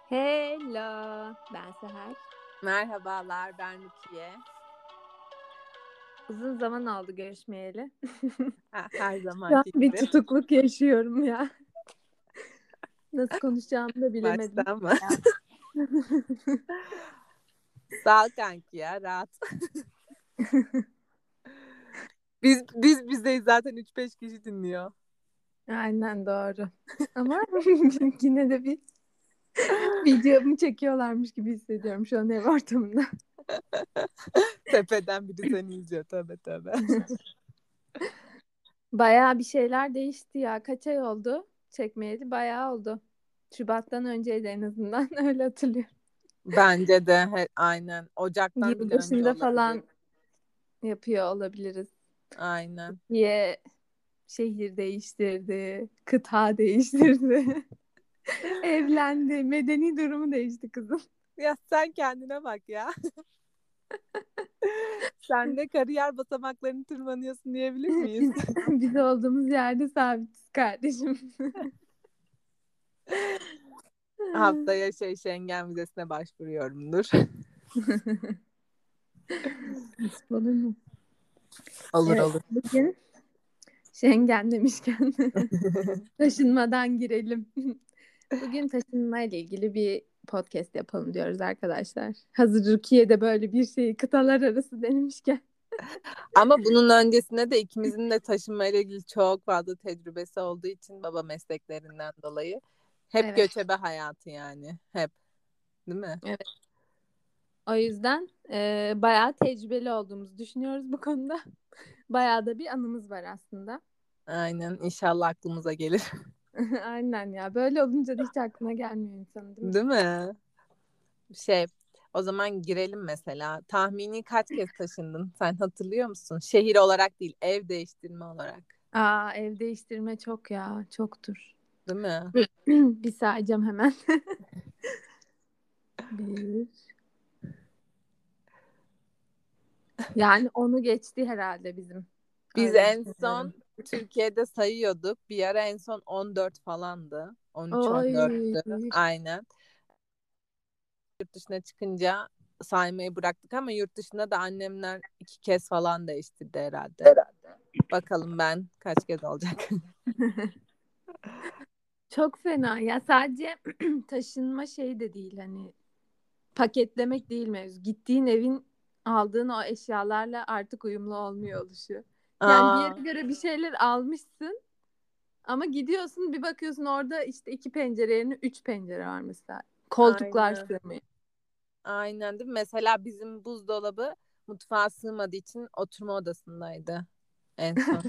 Hello, ben Seher. Merhabalar, ben Rukiye. Uzun zaman oldu görüşmeyeli. Her Şu an zamanki bir gibi. tutukluk yaşıyorum ya. Nasıl konuşacağımı da bilemedim. Baştan mı? Sağ ol kanki ya, rahat. Biz bizdeyiz zaten 3-5 kişi dinliyor. Aynen doğru. Ama yine de bir videomu çekiyorlarmış gibi hissediyorum şu an ev ortamında. Tepeden biri seni izliyor, tövbe tövbe. Bayağı bir şeyler değişti ya. Kaç ay oldu çekmeyeli? Bayağı oldu. Şubat'tan önceydi en azından öyle hatırlıyorum. Bence de aynen. Ocaktan bile önce Yılbaşında olabilir. falan yapıyor olabiliriz. Aynen. Diye şehir değiştirdi, kıta değiştirdi, evlendi, medeni durumu değişti kızım. Ya sen kendine bak ya. Sen de kariyer basamaklarını tırmanıyorsun diyebilir miyiz? Biz olduğumuz yerde sabitiz kardeşim. Haftaya Schengen vizesine başvuruyorumdur. Nasip olur mu? Olur Evet, olur. bugün Schengen demişken taşınmadan girelim. Bugün taşınma ile ilgili bir podcast yapalım diyoruz arkadaşlar. Hazır Türkiye'de böyle bir şeyi kıtalar arası denemişken. Ama bunun öncesinde de ikimizin de taşınmayla ilgili çok fazla tecrübesi olduğu için baba mesleklerinden dolayı hep Evet, göçebe hayatı yani. Hep. Değil mi? evet. O yüzden bayağı tecrübeli olduğumuzu düşünüyoruz bu konuda. Bayağı da bir anımız var aslında. Aynen. İnşallah aklımıza gelir. Aynen ya. Böyle olunca da hiç aklına gelmiyor insanın, değil mi? Değil mi? Şey, o zaman girelim mesela. Tahmini kaç kez taşındın? Sen hatırlıyor musun? Şehir olarak değil, ev değiştirme olarak. Aa, ev değiştirme çok ya. Çoktur. Değil mi? Bir sayacağım hemen. Bir. Yani onu geçti herhalde bizim. Biz Öyle en düşünüyorum. son Türkiye'de sayıyorduk. Bir ara en son 14 falandı. Oy. 13-14'tü. Aynen. Yurt dışına çıkınca saymayı bıraktık ama yurt dışında da annemler 2 kez falan değiştirdi herhalde. Bakalım ben kaç kez olacak. Çok fena. Ya sadece taşınma şey de değil hani paketlemek değil mevzu. Gittiğin evin aldığın o eşyalarla artık uyumlu olmuyor oluşu. Yani bir Aa, yere göre bir şeyler almışsın ama gidiyorsun bir bakıyorsun orada işte 2 pencere yerine 3 pencere var mesela. Koltuklar aynen. sığmıyor. Aynen değil mi? Mesela bizim buzdolabı mutfağa sığmadığı için oturma odasındaydı en son.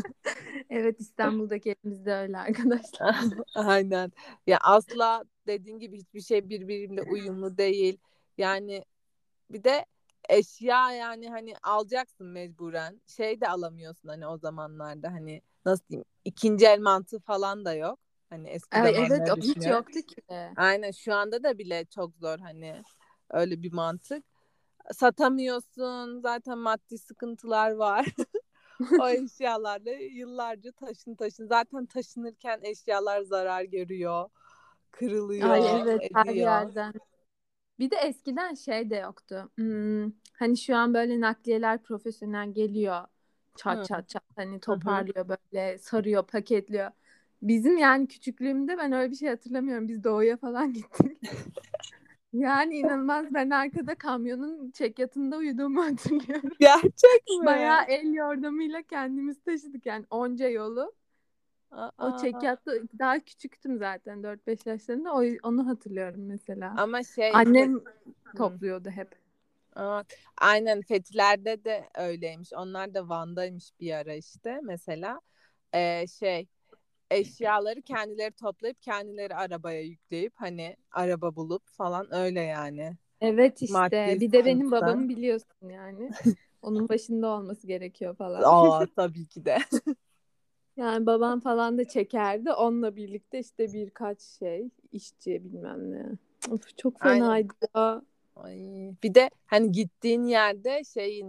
Evet, İstanbul'daki evimiz de öyle arkadaşlar. Aynen. Ya asla dediğin gibi hiçbir şey birbiriyle uyumlu değil. Yani bir de eşya yani hani alacaksın mecburen. Şey de alamıyorsun hani o zamanlarda hani nasıl diyeyim ikinci el mantığı falan da yok. Hani eski Ay, evet, o zamanları hiç düşünüyorum. yoktu ki. Aynen şu anda da bile çok zor hani öyle bir mantık. Satamıyorsun zaten maddi sıkıntılar var. O eşyalarla yıllarca taşın. Zaten taşınırken eşyalar zarar görüyor. Ay, Kırılıyor, evet, her ediyor. yerden. Bir de eskiden şey de yoktu. Hani şu an böyle nakliyeler profesyonel geliyor. Çat Hı çat çat hani hı. Hı. toparlıyor böyle sarıyor paketliyor. Bizim yani küçüklüğümde ben öyle bir şey hatırlamıyorum. Biz doğuya falan gittik. Yani inanılmaz, ben arkada kamyonun çekyatında uyuduğumu hatırlıyorum. Gerçek mi? Bayağı el yordamıyla kendimiz taşıdık yani onca yolu. O Aa. çekyatta daha küçüktüm zaten 4-5 yaşlarında. Onu hatırlıyorum mesela. Ama şey Annem Hı. topluyordu hep. Aa, aynen Fethiler'de de öyleymiş. Onlar da Van'daymış bir ara işte mesela. Şey eşyaları kendileri toplayıp kendileri arabaya yükleyip hani araba bulup falan öyle yani. Evet işte. Maddi Bir de benim sıkıntıdan. babamı biliyorsun yani. Onun başında olması gerekiyor falan. Aa tabii ki de. Yani babam falan da çekerdi. Onunla birlikte işte birkaç şey, işçi bilmem ne. Of, çok Aynen. fenaydı ya. Ay. Bir de hani gittiğin yerde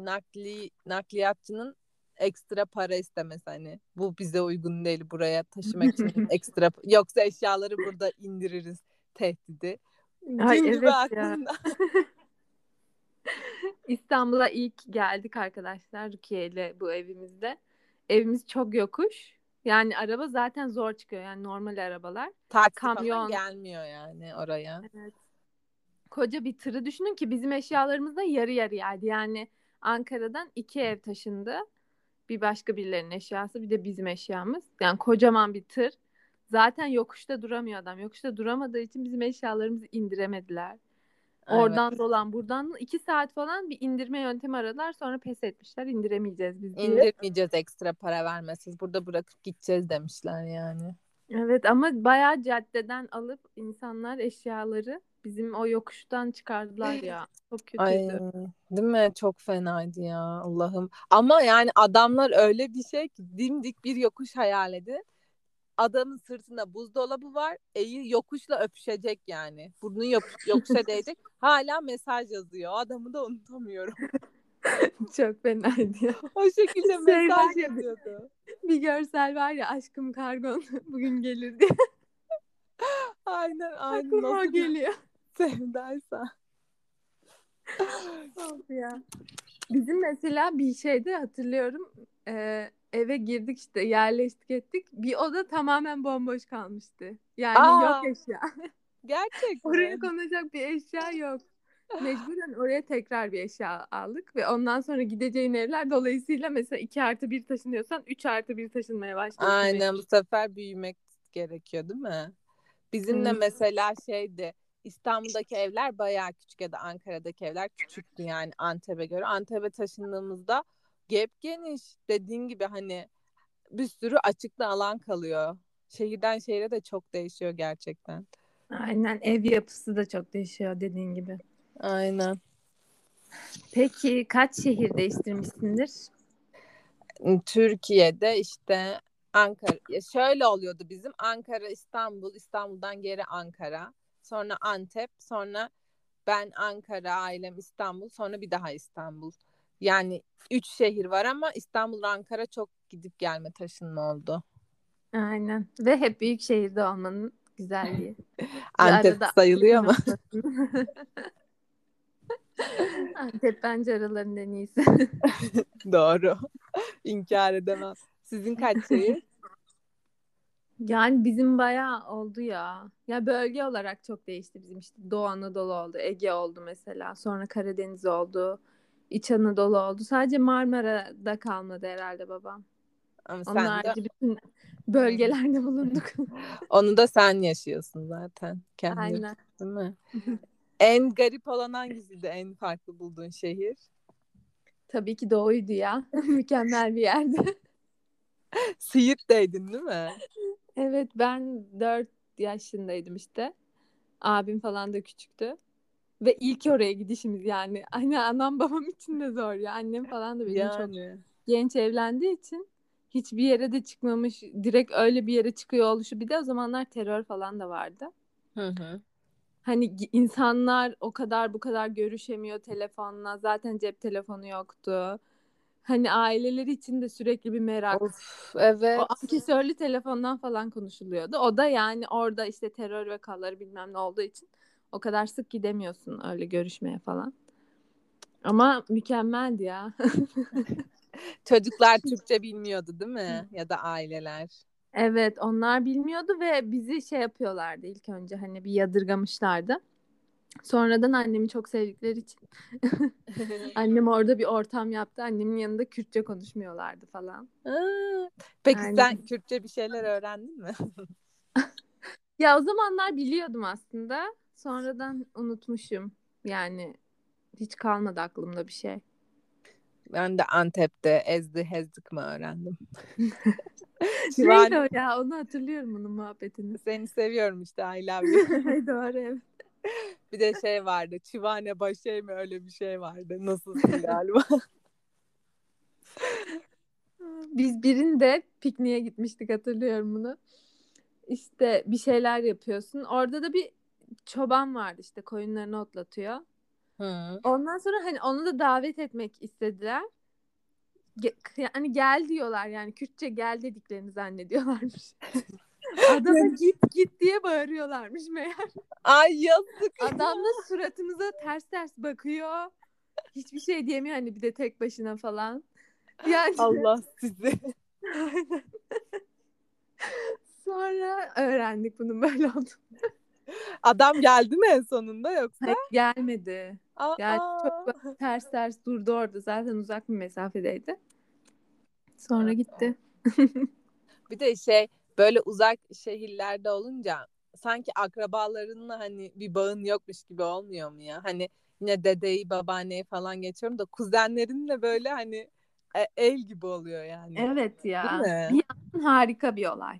nakliyatçının ekstra para istemesi hani bu bize uygun değil buraya taşımak için ekstra yoksa eşyaları burada indiririz tehdidi. Ay Gün gibi evet ya. aklımda. İstanbul'a ilk geldik arkadaşlar Rukiye ile bu evimizde. Evimiz çok yokuş. Yani araba zaten zor çıkıyor. Yani normal arabalar. Taksi falan Kamyon. gelmiyor yani oraya. Evet. Koca bir tırı düşünün ki bizim eşyalarımız da yarı yarıyaydı. Yani Ankara'dan 2 ev taşındı. Bir başka birilerinin eşyası bir de bizim eşyamız. Yani kocaman bir tır. Zaten yokuşta duramıyor adam. Yokuşta duramadığı için bizim eşyalarımızı indiremediler. Evet. Oradan dolan buradan 2 saat falan bir indirme yöntemi aradılar. Sonra pes etmişler indiremeyeceğiz biz diye. İndirmeyeceğiz ekstra para vermesiz. Burada bırakıp gideceğiz demişler yani. Evet ama bayağı caddeden alıp insanlar eşyaları bizim o yokuştan çıkardılar ya. Çok Ay, kötüydü. değil mi? Çok fenaydı ya Allah'ım. Ama yani adamlar öyle bir şey ki dimdik bir yokuş hayal edin. Adamın sırtında buzdolabı var. Yokuşla öpüşecek yani. Burnu yokuşa değecek. Hala mesaj yazıyor. O adamı da unutamıyorum. Çok fenaydı ya. O şekilde Şey mesaj var ya yazıyordu. bir görsel var ya aşkım kargon bugün gelir diye. Aynen aynen. Aklıma o Nasıl bir geliyor. sevdaysa. Oldu ya. Bizim mesela bir şeyde hatırlıyorum eve girdik işte yerleştik ettik. Bir oda tamamen bomboş kalmıştı. Yani yok Aa, eşya. gerçek Oraya mi? konacak bir eşya yok. Mecburen oraya tekrar bir eşya aldık ve ondan sonra gideceğin evler dolayısıyla mesela 2+1 taşınıyorsan 3+1 taşınmaya başlıyorsun Aynen, mecbur. bu sefer büyümek gerekiyor değil mi? Bizim de Evet. mesela şeydi, İstanbul'daki evler bayağı küçük ya da Ankara'daki evler küçüktü yani Antep'e göre. Antep'e taşındığımızda gep geniş, dediğin gibi hani bir sürü açıkta alan kalıyor. Şehirden şehire de çok değişiyor gerçekten. Aynen ev yapısı da çok değişiyor dediğin gibi. Aynen. Peki kaç şehir değiştirmişsindir? Türkiye'de işte Ankara, ya şöyle oluyordu bizim: Ankara, İstanbul, İstanbul'dan geri Ankara, sonra Antep, sonra ben Ankara, ailem İstanbul, sonra bir daha İstanbul. Yani 3 şehir var ama İstanbul ve Ankara çok gidip gelme taşınma oldu. Aynen. Ve hep büyük şehirde olmanın güzelliği. Ve Antep arada sayılıyor ailenin mu? olmasın. Antep bence aralarının en iyisi. Doğru. İnkar edemem. Sizin kaç şehir? Yani bizim bayağı oldu ya. Ya bölge olarak çok değişti bizim işte. Doğu Anadolu oldu, Ege oldu mesela. Sonra Karadeniz oldu, İç Anadolu oldu. Sadece Marmara'da kalmadı herhalde babam. Ama Onun sen de harici bütün Hı. bölgelerde bulunduk. Onu da sen yaşıyorsun zaten kendin, Aynen. değil mi? En garip olan hangisiydi? En farklı bulduğun şehir? Tabii ki Doğu'ydu ya. Mükemmel bir yerdi. Siirt'teydin değil mi? Evet ben 4 yaşındaydım işte. Abim falan da küçüktü. Ve ilk oraya gidişimiz yani. Hani anam babam için de zor ya. Annem falan da benim çok Yani. genç evlendiği için hiçbir yere de çıkmamış. Direkt öyle bir yere çıkıyor oluşu. Bir de o zamanlar terör falan da vardı. Hı hı. Hani insanlar o kadar bu kadar görüşemiyor telefonla. Zaten cep telefonu yoktu. Hani aileler için de sürekli bir merak. Of, O evet. ankesörlü telefondan falan konuşuluyordu. O da yani orada işte terör vakaları bilmem ne olduğu için o kadar sık gidemiyorsun öyle görüşmeye falan. Ama mükemmeldi ya. Çocuklar Türkçe bilmiyordu değil mi? Ya da aileler. Evet, onlar bilmiyordu ve bizi şey yapıyorlardı ilk önce hani bir yadırgamışlardı. Sonradan annemi çok sevdikleri için annem orada bir ortam yaptı. Annemin yanında Kürtçe konuşmuyorlardı falan. Aa, peki sen Aynen. Kürtçe bir şeyler öğrendin mi? Ya o zamanlar biliyordum aslında. Sonradan unutmuşum. Yani hiç kalmadı aklımda bir şey. Ben de Antep'te ezdi hezdik mi öğrendim. Neydi Şivane, o ya? Onu hatırlıyorum onun muhabbetini. seni seviyorum işte, I love you. Doğru evet. Bir de şey vardı. Çivane başey mi, öyle bir şey vardı. Nasılsın galiba. Biz birinde pikniğe gitmiştik hatırlıyorum bunu. İşte bir şeyler yapıyorsun. Orada da bir çoban vardı işte koyunlarını otlatıyor. Hı. Ondan sonra hani onu da davet etmek istediler. Yani gel diyorlar yani Kürtçe gel dediklerini zannediyorlarmış. Adama git diye bağırıyorlarmış meğer. Ay yazık. Adam da suratımıza ters ters bakıyor. Hiçbir şey diyemiyor hani, bir de tek başına falan. Yani Allah sizi. sonra öğrendik bunun böyle olduğunu. Adam geldi mi en sonunda yoksa? Hayır, gelmedi. Yani çok Aa. böyle ters ters durdu orada. Zaten uzak bir mesafedeydi. Sonra gitti. Bir de böyle uzak şehirlerde olunca sanki akrabalarınla hani bir bağın yokmuş gibi olmuyor mu ya? Hani yine dedeyi, babaanneyi falan geçiyorum da kuzenlerinle böyle hani el gibi oluyor yani. Evet Değil ya. mi? Bir yandan harika bir olay.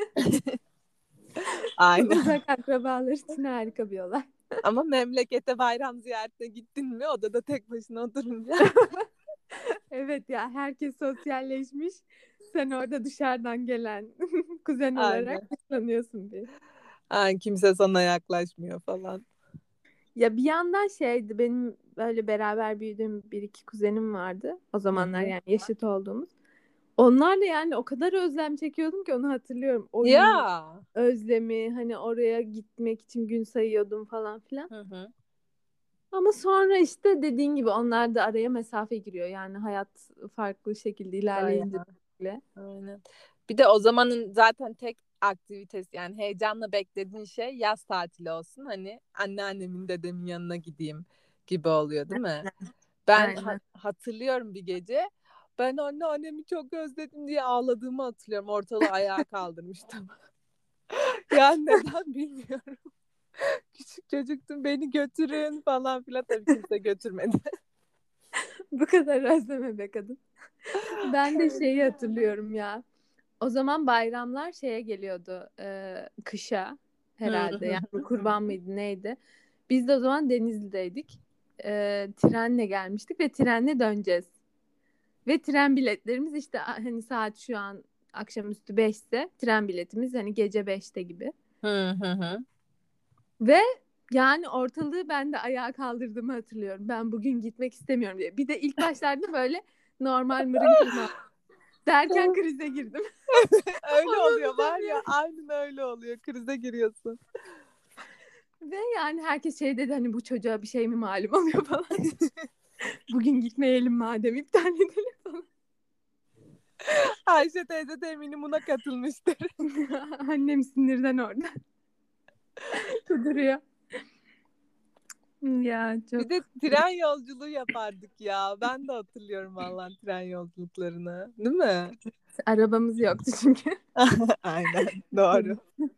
Aynen. Uzak akrabalar için harika bir olay. Ama memlekete bayram ziyaretine gittin mi odada tek başına oturunca. Evet ya, herkes sosyalleşmiş. Sen orada dışarıdan gelen kuzen olarak Aynen. dışlanıyorsun bir. Aynen, kimse sana yaklaşmıyor falan. Ya bir yandan şeydi, benim böyle beraber büyüdüğüm bir iki kuzenim vardı. O Hı zamanlar hı. yani yaşıt olduğumuz. Onlarla yani o kadar özlem çekiyordum ki, onu hatırlıyorum. Oyun Ya. özlemi, hani oraya gitmek için gün sayıyordum falan filan. Hı hı. Ama sonra işte dediğin gibi onlar da araya mesafe giriyor. Yani hayat farklı şekilde ilerleyince Bayağı. bile. Aynen. Bir de o zamanın zaten tek aktivitesi yani heyecanla beklediğin şey yaz tatili olsun. Hani anneannemin dedemin yanına gideyim gibi oluyor değil mi? Ben Aynen. hatırlıyorum bir gece ben anneannemi çok özledim diye ağladığımı hatırlıyorum. Ortalığı ayağa kaldırmıştım. Yani neden bilmiyorum. Küçük çocuktum beni götürün falan filan tabii kimse götürmedi. Bu kadar özleme be kadın. Ben de şeyi hatırlıyorum ya. O zaman bayramlar şeye geliyordu. Kışa Hı herhalde. hı. Yani kurban mıydı neydi? Biz de o zaman Denizli'deydik. Trenle gelmiştik ve trenle döneceğiz. Ve tren biletlerimiz işte hani saat şu an akşamüstü 5 ise tren biletimiz hani gece 5'te gibi. Hı hı hı. Ve yani ortalığı ben de ayağa kaldırdığımı hatırlıyorum. Ben bugün gitmek istemiyorum diye. Bir de ilk başlarda böyle normal mırın kırın derken krize girdim. Öyle Onu oluyor var ya unutamıyorum. aynen öyle oluyor krize giriyorsun. Ve yani herkes şey dedi, hani bu çocuğa bir şey mi malum oluyor falan. Bugün gitmeyelim madem, iptal edelim falan. Ayşe teyze de eminim buna katılmıştır. Annem sinirden orada kuduruyor. Ya Bir çok de tren yolculuğu yapardık ya. Ben de hatırlıyorum vallahi tren yolculuklarını. Değil mi? arabamız yoktu çünkü. Aynen. Doğru.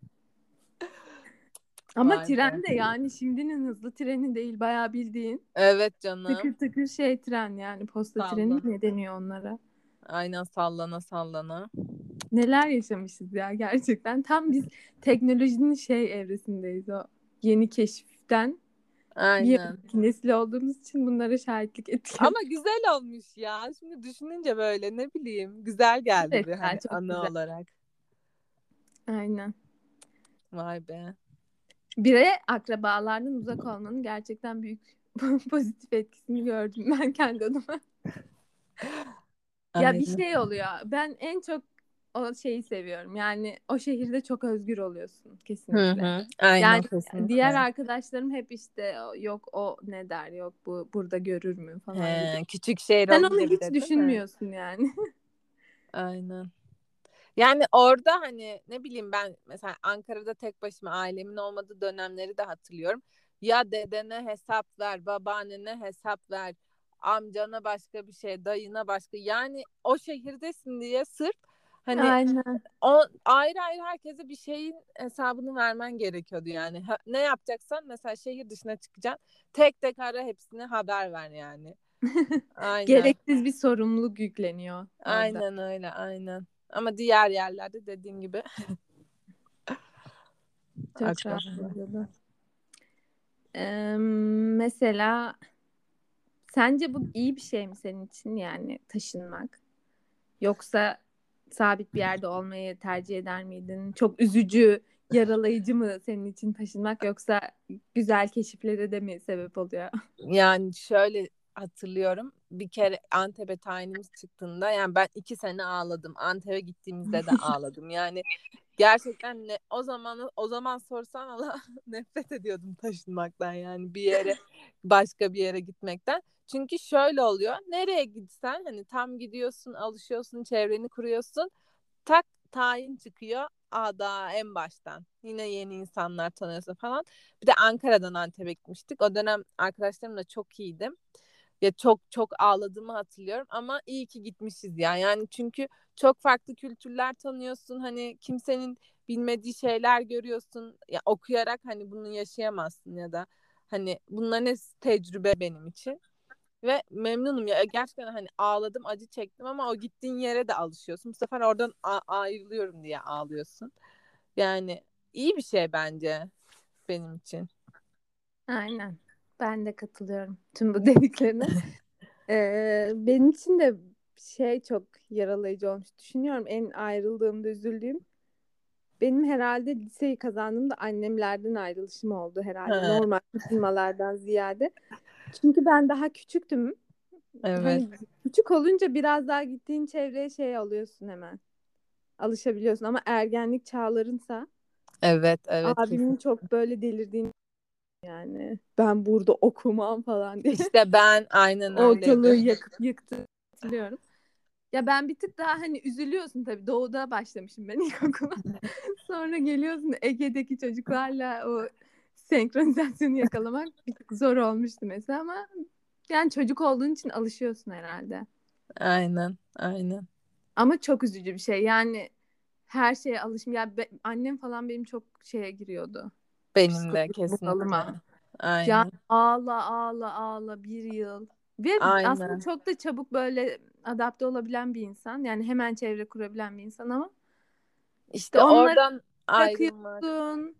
Ama Vay be. tren de yani şimdinin hızlı treni değil, bayağı bildiğin Evet tıkır canım. tıkır şey tren, yani posta treni Sallan. mi deniyor onlara? Aynen sallana sallana. Neler yaşamışız ya gerçekten. Tam biz teknolojinin şey evresindeyiz, o yeni keşiften bir Aynen. önceki nesil olduğumuz için bunlara şahitlik ettik. Ama güzel olmuş ya. Şimdi düşününce böyle ne bileyim güzel geldi Evet bir ya, hani çok anı güzel. olarak. Aynen. Vay be. Bire akrabalardan uzak olmanın gerçekten büyük pozitif etkisini gördüm ben kendi adıma. Ya bir Aynen. şey oluyor. Ben en çok o şeyi seviyorum. Yani o şehirde çok özgür oluyorsun Hı kesinlikle. hı. Aynen Yani diğer kesinlikle. yok hep işte yok o ne der, yok bu burada görür mü falan gibi. He, küçük şehir Sen onu olunca bir hiç de değil mi? düşünmüyorsun yani. Aynen. Yani orada hani ne bileyim ben mesela Ankara'da tek başıma ailemin olmadığı dönemleri de hatırlıyorum. Ya dedene hesap ver, babaannene hesap ver, amcana başka bir şey, dayına başka. Yani o şehirdesin diye sırf hani Aynen. o ayrı ayrı herkese bir şeyin hesabını vermen gerekiyordu yani. Ne yapacaksan mesela şehir dışına çıkacaksın. Tek tek ara hepsine haber ver yani. Aynen. Gereksiz bir sorumluluk yükleniyor orada. Aynen öyle, aynen. Ama diğer yerlerde dediğin gibi Çok rahat akraba. oluyordu. Mesela sence bu iyi bir şey mi senin için, yani taşınmak? Yoksa sabit bir yerde olmayı tercih eder miydin? Çok üzücü, yaralayıcı mı senin için taşınmak, yoksa güzel keşiflere de mi sebep oluyor? Yani şöyle hatırlıyorum. bir kere Antep'e tayinimiz çıktığında yani ben 2 sene ağladım. Antep'e gittiğimizde de ağladım. Yani gerçekten o zaman sorsan Allah nefret ediyordum taşınmaktan yani başka bir yere gitmekten. Çünkü şöyle oluyor. Nereye gitsen hani tam gidiyorsun, alışıyorsun, çevreni kuruyorsun. Tak tayin çıkıyor. Daha en baştan. Yine yeni insanlar tanıyorsun falan. Bir de Ankara'dan Antep'e gitmiştik. O dönem arkadaşlarımla çok iyiydim. Ya çok çok ağladığımı hatırlıyorum ama iyi ki gitmişiz ya. Yani çünkü çok farklı kültürler tanıyorsun. Hani kimsenin bilmediği şeyler görüyorsun. Ya okuyarak hani bunu yaşayamazsın ya da hani bunların hepsi tecrübe benim için. Ve memnunum ya. Gerçekten hani ağladım, acı çektim ama o gittiğin yere de alışıyorsun. Bu sefer oradan ayrılıyorum diye ağlıyorsun. Yani iyi bir şey bence benim için. Aynen. Ben de katılıyorum tüm bu dediklerine. Benim için de çok yaralayıcı olmuş. Düşünüyorum en ayrıldığımda üzüldüğüm. Benim herhalde liseyi kazandığımda annemlerden ayrılışım oldu herhalde. Ha, Normal taşınmalardan ziyade. Çünkü ben daha küçüktüm. evet. Hani küçük olunca biraz daha gittiğin çevreye alıyorsun hemen. Alışabiliyorsun ama ergenlik çağlarınsa Evet, evet abimin kesin. çok böyle delirdiğini yani ben burada okumam falan diye İşte ben aynen ortalığı öyleydim. yakıp yıktı hatırlıyorum. Ya ben bir tık daha hani üzülüyorsun tabii. Doğuda başlamışım ben ilkokula. Sonra geliyorsun Ege'deki çocuklarla o senkronizasyonu yakalamak bir tık zor olmuştu mesela ama yani çocuk olduğun için alışıyorsun herhalde. Aynen, aynen. Ama çok üzücü bir şey. Yani her şeye alışım. Ya annem falan benim çok giriyordu. Benim de Psikolojik kesinlikle. bunalıma. Ya Aynen. ağla ağla ağla bir yıl. Ve aslında Aynen. çok da çabuk böyle adapte olabilen bir insan. Yani hemen çevre kurabilen bir insan ama işte İşte onları oradan ayrılmak. bırakıyorsun.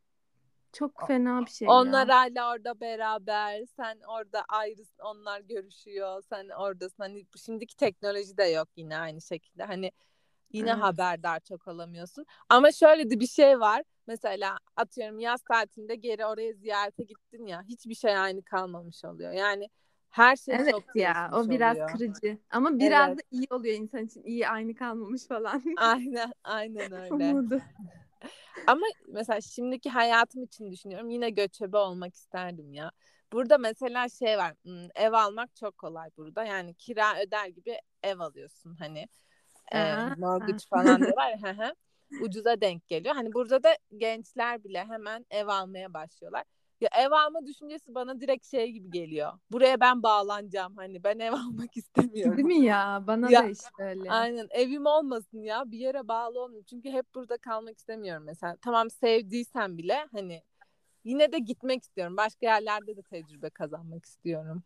Çok fena bir şey Onlar ya. hala orada beraber, sen orada ayrısın, onlar görüşüyor, sen oradasın. Hani şimdiki teknoloji de yok yine aynı şekilde. Hani yine Evet. haberdar çok olamıyorsun. Ama şöyle de bir şey var. Mesela atıyorum yaz tatilinde geri oraya ziyarete gittin ya, hiçbir şey aynı kalmamış oluyor. Yani her şey Evet çok ya değişmiş o biraz oluyor. kırıcı. Ama biraz Evet. da iyi oluyor insan için. İyi aynı kalmamış falan. Aynen, aynen öyle. Umudu. Ama mesela şimdiki hayatım için düşünüyorum. Yine göçebe olmak isterdim ya. Burada mesela şey var. Ev almak çok kolay burada. Yani kira öder gibi ev alıyorsun. Hani Aa. mortgage falan diyorlar ya. Hı hı. Ucuza denk geliyor. Hani burada da gençler bile hemen ev almaya başlıyorlar. Ya ev alma düşüncesi bana direkt şey gibi geliyor. Buraya ben bağlanacağım. Hani ben ev almak Değil istemiyorum. mi ya? Bana da Ya işte öyle. aynen evim olmasın ya bir yere bağlı olmayayım. Çünkü hep burada kalmak istemiyorum mesela. Tamam sevdiysem bile hani yine de gitmek istiyorum. Başka yerlerde de tecrübe kazanmak istiyorum.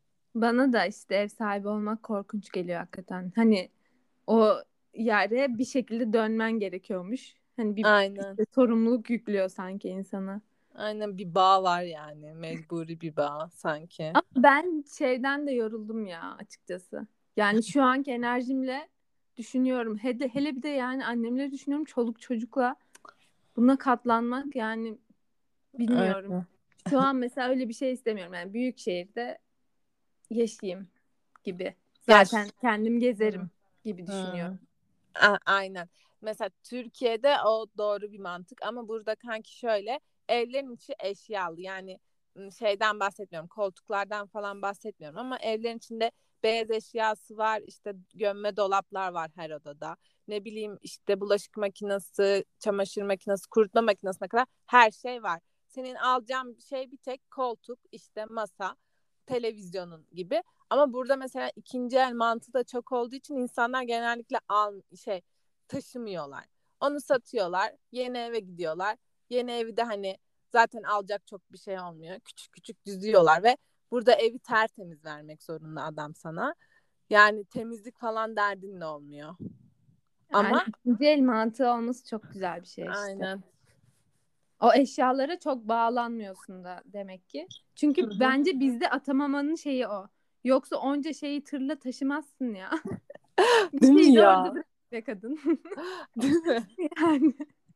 Bana da işte ev sahibi olmak korkunç geliyor hakikaten. Hani o yere bir şekilde dönmen gerekiyormuş. Hani bir Aynen. işte sorumluluk yüklüyor sanki insana. Aynen bir bağ var yani. Mecburi bir bağ sanki. Ama ben şeyden de yoruldum ya açıkçası. Yani şu anki enerjimle düşünüyorum. Hele bir de yani annemleri düşünüyorum çoluk çocukla buna katlanmak yani bilmiyorum. Aynen. Şu an mesela öyle bir şey istemiyorum. Yani büyük şehirde yaşayayım gibi. Ya Zaten kendim hı, gezerim gibi hı. düşünüyorum. Aynen. Mesela Türkiye'de o doğru bir mantık ama burada kanki şöyle evlerin içi eşyalı yani şeyden bahsetmiyorum koltuklardan falan bahsetmiyorum ama evlerin içinde beyaz eşyası var işte gömme dolaplar var her odada ne bileyim işte bulaşık makinesi çamaşır makinesi kurutma makinesine kadar her şey var. Senin alacağın şey bir tek koltuk işte masa televizyonun gibi ama burada mesela ikinci el mantığı da çok olduğu için insanlar genellikle taşımıyorlar. Onu satıyorlar. Yeni eve gidiyorlar. Yeni evi de hani zaten alacak çok bir şey olmuyor. Küçük küçük düzüyorlar ve burada evi tertemiz vermek zorunda adam sana. Yani temizlik falan derdin de olmuyor. Yani Ama ikinci el mantığı olması çok güzel bir şey işte. aynen. O eşyalara çok bağlanmıyorsun da demek ki. Çünkü Hı hı. bence bizde atamamanın şeyi o. Yoksa onca şeyi tırla taşımazsın ya. Bir Değil mi şeyi de orada ya? bırak be kadın. Değil mi? Yani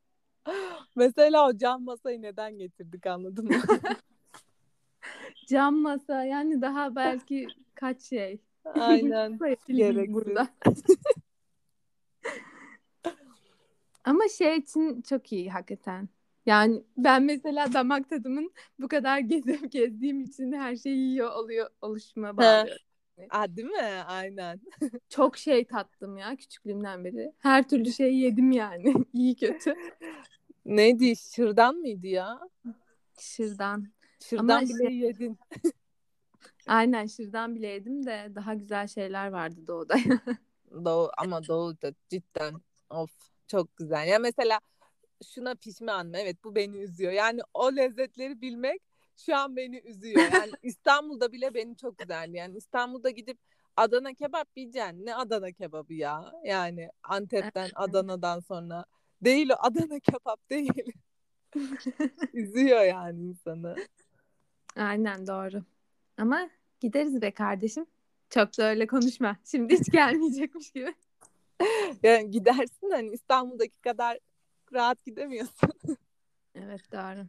Mesela o cam masayı neden getirdik anladın mı? cam masa yani daha belki kaç şey. Aynen. Sayabiliriz Gereksiz. burada. Ama şey için çok iyi hakikaten. Yani ben mesela damak tadımın bu kadar gezdiğim için her şeyi yiyor oluşuma He. bağlıyorum. Değil mi? Aynen. Çok şey tattım ya küçüklüğümden beri. Her türlü şeyi yedim yani. İyi kötü. Neydi? Şırdan mıydı ya? Şırdan. Ama Şırdan bile şey, yedin. aynen şırdan bile yedim de daha güzel şeyler vardı doğuda. Ama Doğu da cidden of çok güzel. Ya mesela şuna pişmanım. Evet bu beni üzüyor. Yani o lezzetleri bilmek şu an beni üzüyor. Yani İstanbul'da bile beni çok üzerdi. Yani İstanbul'da gidip Adana kebap yiyeceksin. Ne Adana kebabı ya? Yani Antep'ten, Adana'dan sonra. Değil o Adana kebap değil. Üzüyor yani insanı. Aynen doğru. Ama gideriz be kardeşim. Çok da öyle konuşma. Şimdi hiç gelmeyecekmiş gibi. Yani gidersin hani İstanbul'daki kadar rahat gidemiyorsun. Evet doğru.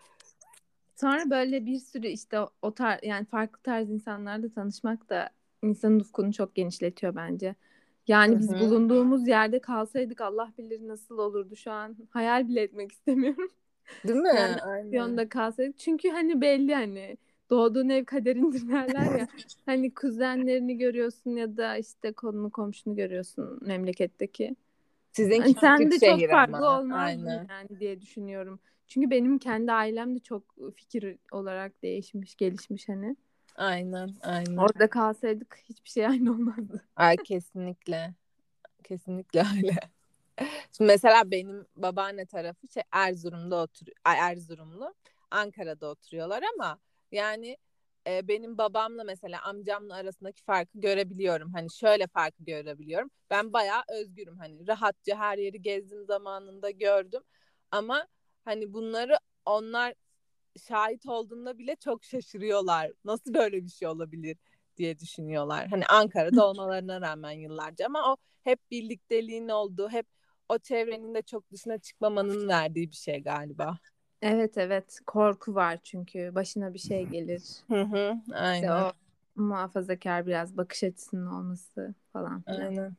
Sonra böyle bir sürü işte o tarz yani farklı tarz insanlarla tanışmak da insanın ufkunu çok genişletiyor bence. Hı Yani biz hı. bulunduğumuz yerde kalsaydık Allah bilir nasıl olurdu şu an. Hayal bile etmek istemiyorum. Değil mi? Yani Aynen. Afyon'da kalsaydık. Çünkü hani belli hani doğduğun ev kaderindir derler ya. Hani kuzenlerini görüyorsun ya da işte konunu komşunu görüyorsun memleketteki. Sizinki Hani sen küçük de çok şehir farklı ama. olmazdın Aynen. yani diye düşünüyorum. Çünkü benim kendi ailem de çok fikir olarak değişmiş, gelişmiş hani. Aynen. Aynen. Orada kalsaydık hiçbir şey aynı olmazdı. Ay kesinlikle. Kesinlikle öyle. Şimdi mesela benim babaanne tarafı Erzurum'da oturuyor. Erzurumlu. Ankara'da oturuyorlar ama yani benim babamla mesela amcamla arasındaki farkı görebiliyorum. Hani şöyle farkı görebiliyorum. Ben bayağı özgürüm. Hani rahatça her yeri gezdim zamanında gördüm. Ama hani bunları onlar şahit olduğunda bile çok şaşırıyorlar. Nasıl böyle bir şey olabilir diye düşünüyorlar. Hani Ankara'da olmalarına rağmen yıllarca ama o hep birlikteliğin olduğu, hep o çevrenin de çok dışına çıkmamanın verdiği bir şey galiba. Evet evet korku var çünkü başına bir şey gelir. Hı hı, İşte aynen. o muhafazakar biraz bakış açısının olması falan filan. Aynen.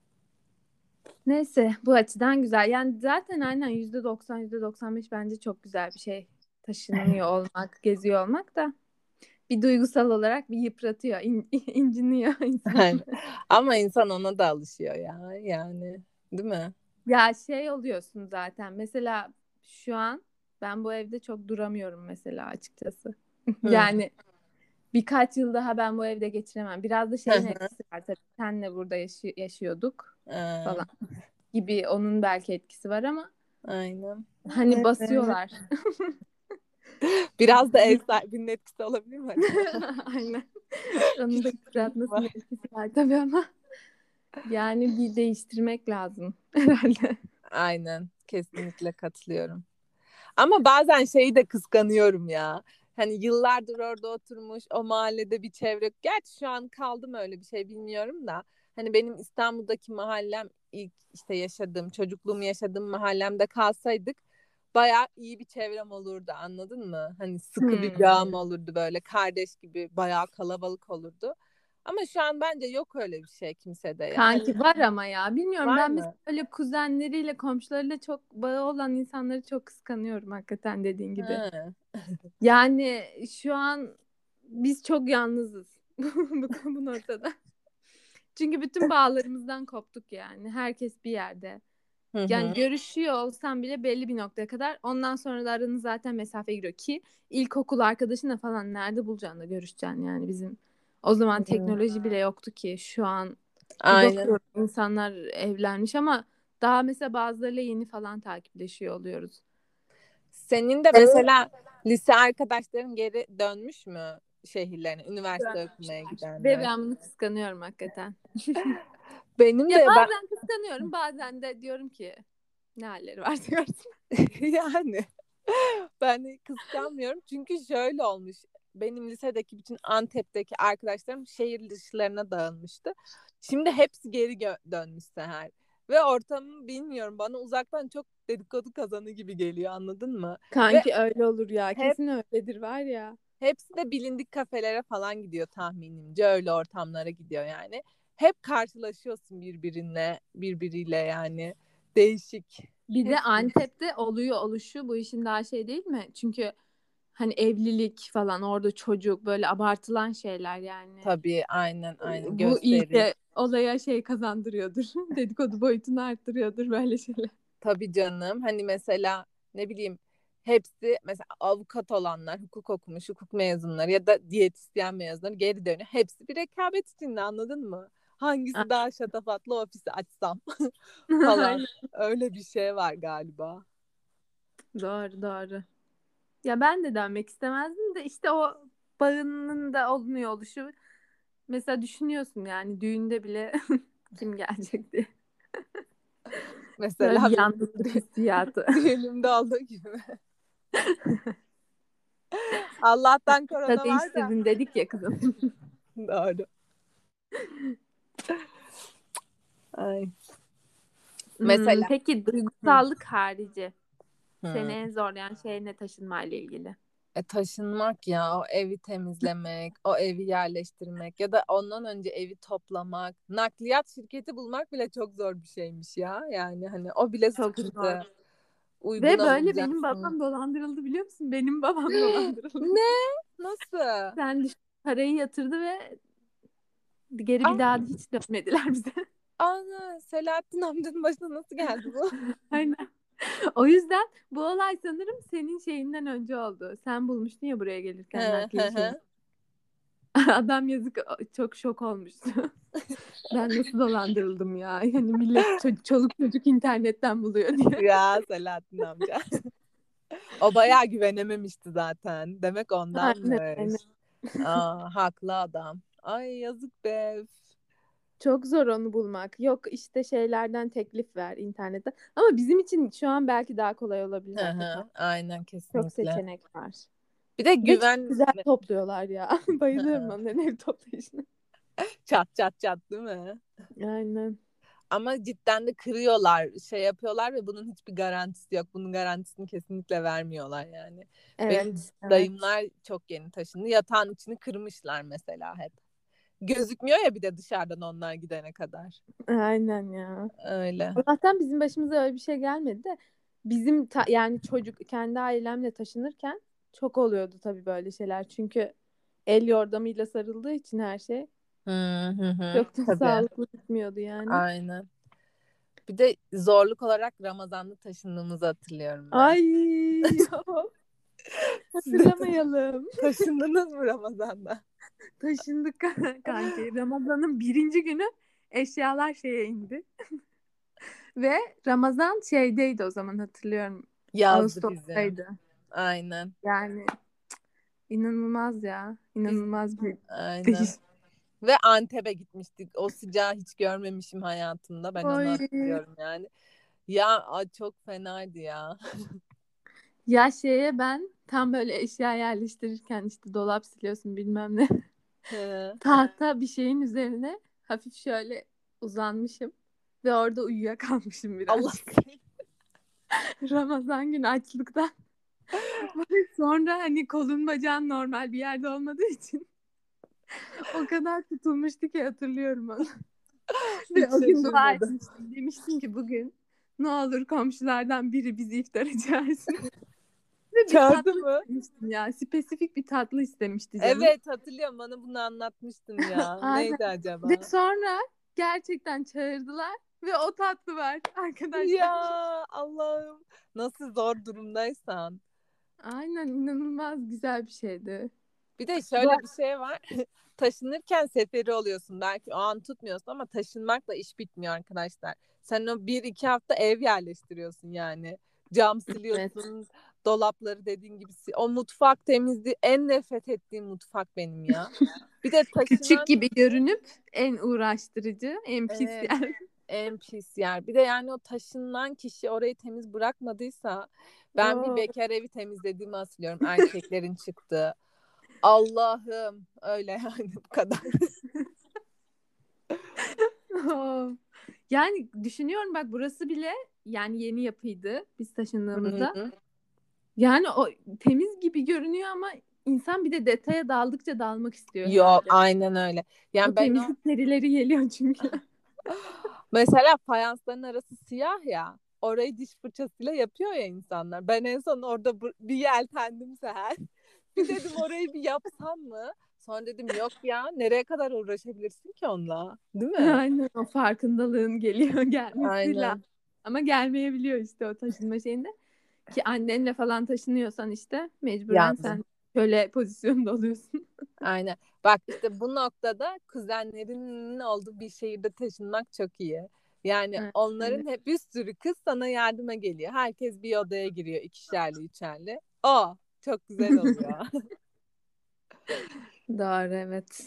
Neyse bu açıdan güzel. Yani zaten aynen %90 %95 bence çok güzel bir şey. Taşınıyor olmak, geziyor olmak da bir duygusal olarak bir yıpratıyor, inciniyor insan. Aynen. Ama insan ona da alışıyor ya. Yani, değil mi? Ya şey oluyorsun zaten. Mesela şu an ben bu evde çok duramıyorum mesela açıkçası. Hı. Yani birkaç yıl daha ben bu evde geçiremem. Biraz da Hı şeyin hı. etkisi var tabii. Senle burada yaşıyorduk Aa, falan gibi onun belki etkisi var ama aynen. hani basıyorlar. Biraz da ev sahibinin etkisi olabilir mi acaba? Aynen. Onun da Çocuk yıpratmasının var. etkisi var tabii ama yani bir değiştirmek lazım herhalde. Aynen. Kesinlikle katılıyorum. Ama bazen şeyi de kıskanıyorum ya. Hani yıllardır orada oturmuş o mahallede bir çevre. Gerçi şu an kaldı mı öyle bir şey bilmiyorum da. Hani benim İstanbul'daki mahallem ilk işte yaşadığım, çocukluğumu yaşadığım mahallemde kalsaydık bayağı iyi bir çevrem olurdu anladın mı? Hani sıkı bir Hmm. bağım olurdu böyle kardeş gibi bayağı kalabalık olurdu. Ama şu an bence yok öyle bir şey kimsede ya. Hani Kanki var ama ya bilmiyorum var ben mesela mı? öyle kuzenleriyle komşularıyla çok bağı olan insanları çok kıskanıyorum hakikaten dediğin gibi. Ha. Yani şu an biz çok yalnızız bu noktada. Çünkü bütün bağlarımızdan koptuk yani. Herkes bir yerde. Hı Yani hı. görüşüyor olsam bile belli bir noktaya kadar. Ondan sonra da aranız zaten mesafe giriyor ki ilkokul arkadaşınla falan nerede bulacaksın da görüşeceksin yani bizim. O zaman Hı. teknoloji bile yoktu ki. Şu an bir Aynen. bakıyorum insanlar evlenmiş ama daha mesela bazılarıyla yeni falan takipleşiyor oluyoruz. Senin de mesela lise arkadaşların geri dönmüş mü şehirlerine, üniversite okumaya Ve gidenler? ben bunu kıskanıyorum hakikaten. Benim Ya de ben bazen kıskanıyorum, bazen de diyorum ki ne halleri varsa görsün. yani ben de kıskanmıyorum çünkü şöyle olmuş. Benim lisedeki bütün Antep'teki arkadaşlarım şehir dışlarına dağılmıştı. Şimdi hepsi geri dönmüş Seher. Ve ortamı bilmiyorum bana uzaktan çok dedikodu kazanı gibi geliyor anladın mı? Ve Kanki öyle olur ya. hep Kesin öyledir var ya. Hepsi de bilindik kafelere falan gidiyor tahminimce. Öyle ortamlara gidiyor yani. Hep karşılaşıyorsun birbiriyle yani. Değişik. Bir de Hepsi. Antep'te oluşu bu işin daha şey değil mi? Çünkü hani evlilik falan orada çocuk böyle abartılan şeyler yani. Tabii aynen Bu gösteri. iyice olaya şey kazandırıyordur. Dedikodu boyutunu arttırıyordur böyle şeyler. Tabii canım. Hani mesela ne bileyim hepsi mesela avukat olanlar, hukuk okumuş, hukuk mezunları ya da diyetisyen mezunları geri dönüyor. Hepsi bir rekabet içinde, anladın mı? Hangisi daha şatafatlı ofisi açsam falan. Aynen. Öyle bir şey var galiba. Doğru doğru. Ya ben de dönmek istemezdim de işte o bağının da olmuyor oluşu. Mesela düşünüyorsun yani düğünde bile kim gelecek diye. Böyle bir Mesela benim yalnızlık hissiyatı. düğünümde olduğu gibi. Allah'tan Da korona var da. değiştirdin dedik ya kızım. Doğru. Ay. Mesela Peki hı, duygusallık harici seni hı. en zorlayan şey ne taşınmayla ilgili? Taşınmak ya, o evi temizlemek, o evi yerleştirmek ya da ondan önce evi toplamak, nakliyat şirketi bulmak bile çok zor bir şeymiş ya. Yani hani o bile Çok zor. sıkıntı. Ve Uyguna böyle benim bulacaksın. babam dolandırıldı biliyor musun? Benim babam dolandırıldı. Ne? Nasıl? Sen düşün, parayı yatırdı ve geri bir daha Aa, da hiç dönmediler bize. ana Selahattin amcanın başına nasıl geldi bu? Aynen. O yüzden bu olay sanırım senin şeyinden önce oldu. Sen bulmuştun ya buraya gelirken Hı hı nakliye şeyini. hı. Adam yazık çok şok olmuştu. Ben nasıl dolandırıldım ya? Yani millet çoluk çocuk internetten buluyor diye. Ya Selahattin amca. O bayağı güvenememişti zaten. Demek Aynen ondanmış. aynen. Aa, haklı adam. Ay yazık be. Çok zor onu bulmak. Yok işte şeylerden teklif ver internetten. Ama bizim için şu an belki daha kolay olabilir Hı hakikaten. hı, aynen Çok kesinlikle. seçenek var. Bir de Ve çok güven güzel topluyorlar ya. Bayılıyorum onların ev toplayışına. çat çat çat değil mi? Aynen. Ama cidden de kırıyorlar, şey yapıyorlar ve bunun hiçbir garantisi yok. Bunun garantisini kesinlikle vermiyorlar yani. Benim Evet, evet. dayımlar çok yeni taşındı. Yatağın içini kırmışlar mesela hep. Gözükmüyor ya bir de dışarıdan onlar gidene kadar. Aynen ya. Öyle. Allah'tan bizim başımıza öyle bir şey gelmedi de bizim yani çocuk kendi ailemle taşınırken çok oluyordu tabii böyle şeyler. Çünkü el yordamıyla sarıldığı için her şey Hı hı hı. çok da Tabii. sağlıklı gitmiyordu yani. Aynen. Bir de zorluk olarak Ramazan'da taşındığımızı hatırlıyorum ben. Ay Siz de hatırlamayalım. taşındınız mı Ramazan'da? Taşındık kanki. Ramazan'ın birinci günü eşyalar şeye indi. Ve Ramazan şeydeydi o zaman hatırlıyorum. Yazdı bizim. Ağustos'taydı. Aynen. Yani inanılmaz ya. Biz İnanılmaz bir değiş. aynen. Ve Antep'e gitmiştik. O sıcağı hiç görmemişim hayatımda. Ben onu Oy. hatırlıyorum yani. Ya çok fenaydı ya. Ya şeye ben tam böyle eşya yerleştirirken işte dolap siliyorsun bilmem ne. Hı. Tahta bir şeyin üzerine hafif şöyle uzanmışım. Ve orada uyuyakalmışım Allah birazcık. seni. Ramazan günü açlıktan. Sonra hani kolun bacağın normal bir yerde olmadığı için o kadar tutulmuştu ki hatırlıyorum onu. Ve Hiç o gün dua şaşırmadım. etmiştim. Demiştim ki bugün ne olur komşulardan biri bizi iftara çağırsın. Ve bir Çağırdı tatlı mı? istemiştim ya. Spesifik bir tatlı istemişti canım. Evet hatırlıyorum, bana bunu anlatmıştın ya. Aynen. Neydi Ve acaba? sonra gerçekten çağırdılar ve o tatlı var Ya arkadaşlar. Allah'ım, nasıl zor durumdaysan. Aynen inanılmaz güzel bir şeydi. Bir de Bu şöyle bir şey var. Taşınırken seferi oluyorsun. Belki o an tutmuyorsun ama taşınmakla iş bitmiyor arkadaşlar. Sen o bir iki hafta ev yerleştiriyorsun yani. Cam evet. siliyorsun, dolapları dediğin gibi o mutfak temizliği, en nefret ettiğim mutfak benim ya. Bir de Küçük taşınan gibi kişi görünüp en uğraştırıcı, en pis evet, yer. en pis yer. Bir de yani o taşınan kişi orayı temiz bırakmadıysa, ben bir Oo. bekar evi temizlediğimi hatırlıyorum, erkeklerin çıktığı. Allah'ım, öyle yani, bu kadar. Oo. Yani düşünüyorum bak burası bile yani yeni yapıydı biz Hı taşındığımızda. hı. Yani o temiz gibi görünüyor ama insan bir de detaya daldıkça dalmak istiyor Yok, herhalde. aynen öyle. O Yani ben temizlik serileri geliyor çünkü. mesela fayansların arası siyah ya. Orayı diş fırçasıyla yapıyor ya insanlar. Ben en son orada bir yeltendim Seher. Bir dedim orayı bir yapsam mı? Sonra dedim yok ya, nereye kadar uğraşabilirsin ki onunla? Değil mi? Aynen, o farkındalığın geliyor gelmesi lazım. Aynen. Ama gelmeyebiliyor işte o taşınma şeyinde. Ki annenle falan taşınıyorsan işte mecburen Yandım. sen şöyle pozisyonda oluyorsun. Aynen. Bak işte bu noktada kuzenlerinin olduğu bir şehirde taşınmak çok iyi. Yani Evet. onların hep bir sürü kız sana yardıma geliyor. Herkes bir odaya giriyor, ikişerli, üçerli. O çok güzel oluyor. Doğru, evet.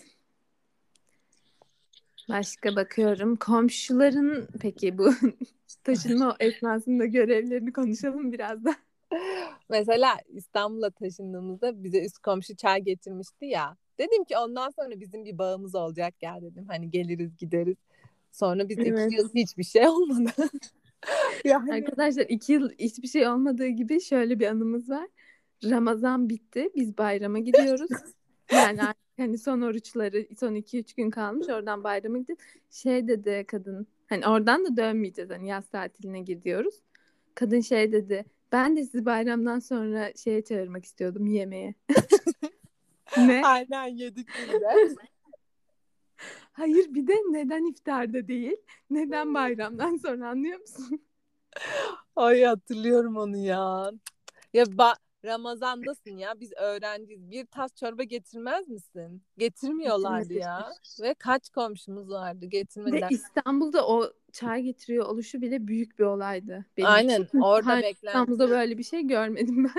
Başka bakıyorum. Komşuların peki bu taşınma esnasında görevlerini konuşalım biraz da. Mesela İstanbul'a taşındığımızda bize üst komşu çay getirmişti ya. Dedim ki ondan sonra bizim bir bağımız olacak ya dedim. Hani geliriz gideriz. Sonra biz 2 yıl Evet. hiçbir şey olmadı. Yani Arkadaşlar 2 yıl hiçbir şey olmadığı gibi şöyle bir anımız var. Ramazan bitti. Biz bayrama gidiyoruz. Yani artık hani son oruçları son 2-3 gün kalmış. Oradan bayrama gidip şey dedi kadın. Hani oradan da dönmeyeceğiz. Hani yaz tatiline gidiyoruz. Kadın şey dedi. Ben de sizi bayramdan sonra şeye çağırmak istiyordum yemeğe. Ne? aynen yedik biz de. Hayır, bir de neden iftarda değil? Neden bayramdan sonra, anlıyor musun? Ay hatırlıyorum onu ya. Ya Ramazan'dasın ya, biz öğrenciyiz. Bir tas çorba getirmez misin? Getirmiyorlardı Getirmedi. ya. Ve kaç komşumuz vardı, Ve getirmediler. İstanbul'da o çay getiriyor oluşu bile büyük bir olaydı benim için. Aynen Çünkü daha orada önce beklenti İstanbul'da böyle bir şey görmedim ben.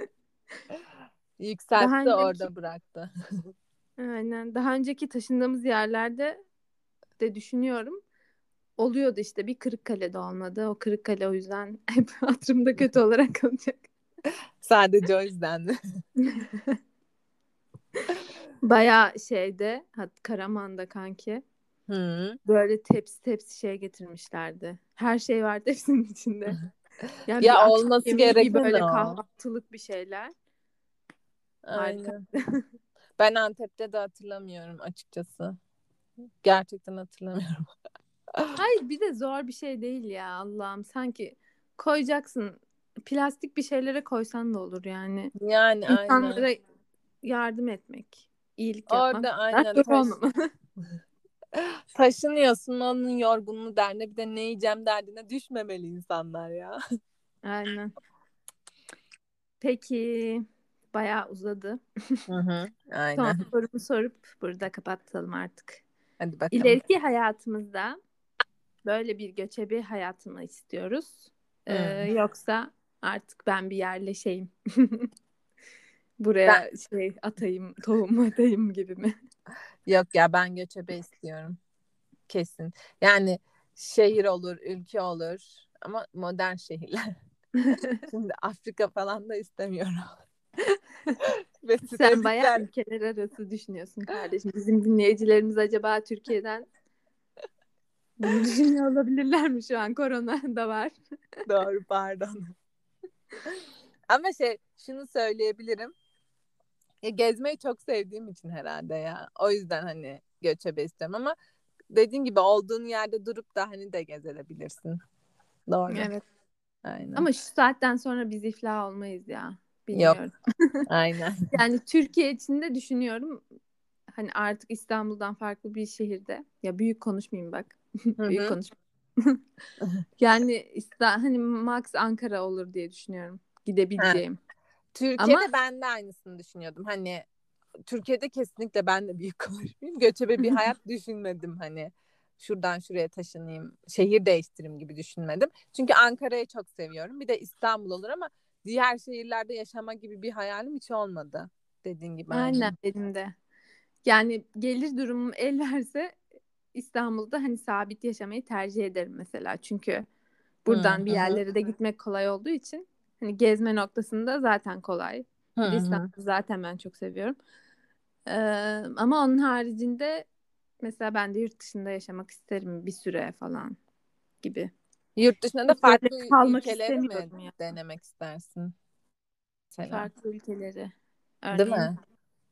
Daha yükseltti, önceki orada bıraktı. aynen daha önceki taşındığımız yerlerde de düşünüyorum. Oluyordu işte, bir Kırıkkale'de olmadı. O Kırıkkale o yüzden hep hatırımda kötü olarak kalacak. Sadece o yüzden mi? Bayağı şeyde, Karaman'da kanki. Hı. Böyle tepsi tepsi şey getirmişlerdi. Her şey var tepsinin içinde. Yani Ya bir akşam olması yemeği gibi gereken böyle o. kahvaltılık bir şeyler. Harika. Aynen. Ben Antep'te de hatırlamıyorum açıkçası. Gerçekten hatırlamıyorum. Hayır, bir de zor bir şey değil ya, Allah'ım. Sanki koyacaksın. Plastik bir şeylere koysan da olur yani. Yani aynen. İnsanlara yardım etmek, iyilik yapmak Orada bu kadar aynen zor olmamalı. taşınıyorsun, onun yorgunluğu derdine, bir de ne yiyeceğim derdine düşmemeli insanlar ya. Aynen. Peki, bayağı uzadı. Hı hı, Son aynen. sorumu sorup burada kapatalım artık. Hadi bakalım. İleriki hayatımızda böyle bir göçebe hayatı mı istiyoruz? Hı. Yoksa artık ben bir yerleşeyim. Ben Buraya şey atayım, tohum atayım gibi mi? yok ya, ben göçebe istiyorum kesin. Yani şehir olur, ülke olur ama modern şehirler. Şimdi Afrika falan da istemiyorum. Ve Sen bayağı Türkler ülkeler arası düşünüyorsun kardeşim. Bizim dinleyicilerimiz acaba Türkiye'den bunu düşünüyor olabilirler mi şu an? Korona da var. doğru, pardon. Ama şunu söyleyebilirim. Ya gezmeyi çok sevdiğim için herhalde ya. O yüzden hani göçebe istiyorum ama dediğin gibi olduğun yerde durup da hani de gezebilirsin. Doğru. Evet. Aynen. Ama şu saatten sonra biz iflah olmayız ya. Yok. Bilmiyorum. Aynen. Yani Türkiye içinde düşünüyorum. Hani artık İstanbul'dan farklı bir şehirde. Ya büyük konuşmayayım bak. Hı Büyük hı. konuşmayayım. Yani hani max Ankara olur diye düşünüyorum. Ha. Gidebileceğim. Ama Türkiye'de ben de aynısını düşünüyordum. Hani Türkiye'de kesinlikle ben de büyük konuşmayayım. Göçebe bir hayat düşünmedim hani. Şuradan şuraya taşınayım, şehir değiştireyim gibi düşünmedim. Çünkü Ankara'yı çok seviyorum. Bir de İstanbul olur ama diğer şehirlerde yaşama gibi bir hayalim hiç olmadı. Dediğin gibi aynen aynen. benim de. Yani gelir durumum el verse İstanbul'da hani sabit yaşamayı tercih ederim mesela. Çünkü Hı buradan bir hı. yerlere de gitmek kolay olduğu için hani gezme noktasında zaten kolay. Hı Bir de hı. İstanbul'u zaten ben çok seviyorum. Ee, Ama onun haricinde mesela ben de yurt dışında yaşamak isterim bir süre falan gibi. Yurt dışında da Hiç böyle farklı kalmak ülkeleri mi istemiyorum ya. denemek istersin? Mesela. Farklı ülkeleri. Değil Örneğin mi?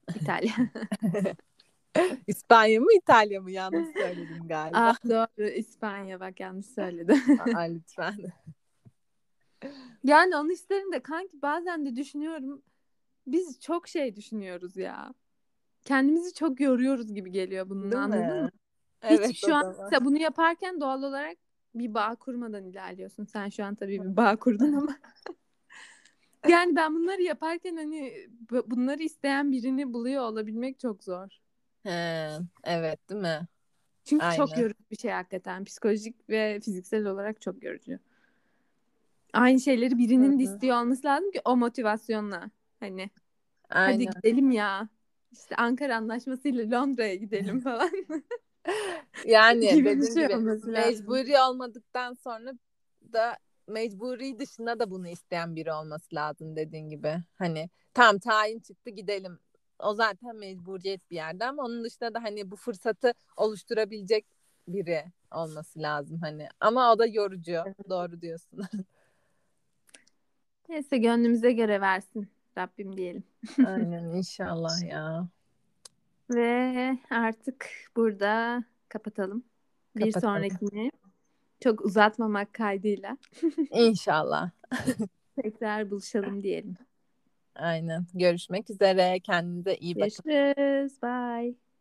İtalya. İspanya mı İtalya mı? Yanlış söyledim galiba. Doğru, İspanya, bak yanlış söyledim. Aa, lütfen. Yani onu isterim de kanki, bazen de düşünüyorum. Biz çok şey düşünüyoruz ya. Kendimizi çok yoruyoruz gibi geliyor bunun, Değil anladın mı? mi? Hiç Evet, şu o an da var. mesela bunu yaparken doğal olarak bir bağ kurmadan ilerliyorsun. Sen şu an tabii bir bağ kurdun ama. Yani ben bunları yaparken hani bunları isteyen birini buluyor olabilmek çok zor. He, evet değil mi? Çünkü çok Aynen. yorucu bir şey hakikaten. Psikolojik ve fiziksel olarak çok yorucu. Aynı şeyleri Hı birinin de hı. istiyor olması lazım ki o motivasyonla. Hani hadi Aynen. gidelim ya. İşte Ankara Anlaşması'yla Londra'ya gidelim falan Yani gibi bir dediğim şey gibi olması lazım. mecburi olmadıktan sonra da mecburi dışında da bunu isteyen biri olması lazım dediğin gibi. Hani tam tayin çıktı gidelim. O zaten mecburiyet bir yerde ama onun dışında da hani bu fırsatı oluşturabilecek biri olması lazım hani. Ama o da yorucu. Doğru diyorsun. Neyse, gönlümüze göre versin Rabbim diyelim. Aynen inşallah ya. Ve artık burada kapatalım. Bir Kapatalım. sonrakini çok uzatmamak kaydıyla İnşallah. tekrar buluşalım diyelim. Aynen. Görüşmek üzere. Kendinize iyi bakın. Görüşürüz. Bye.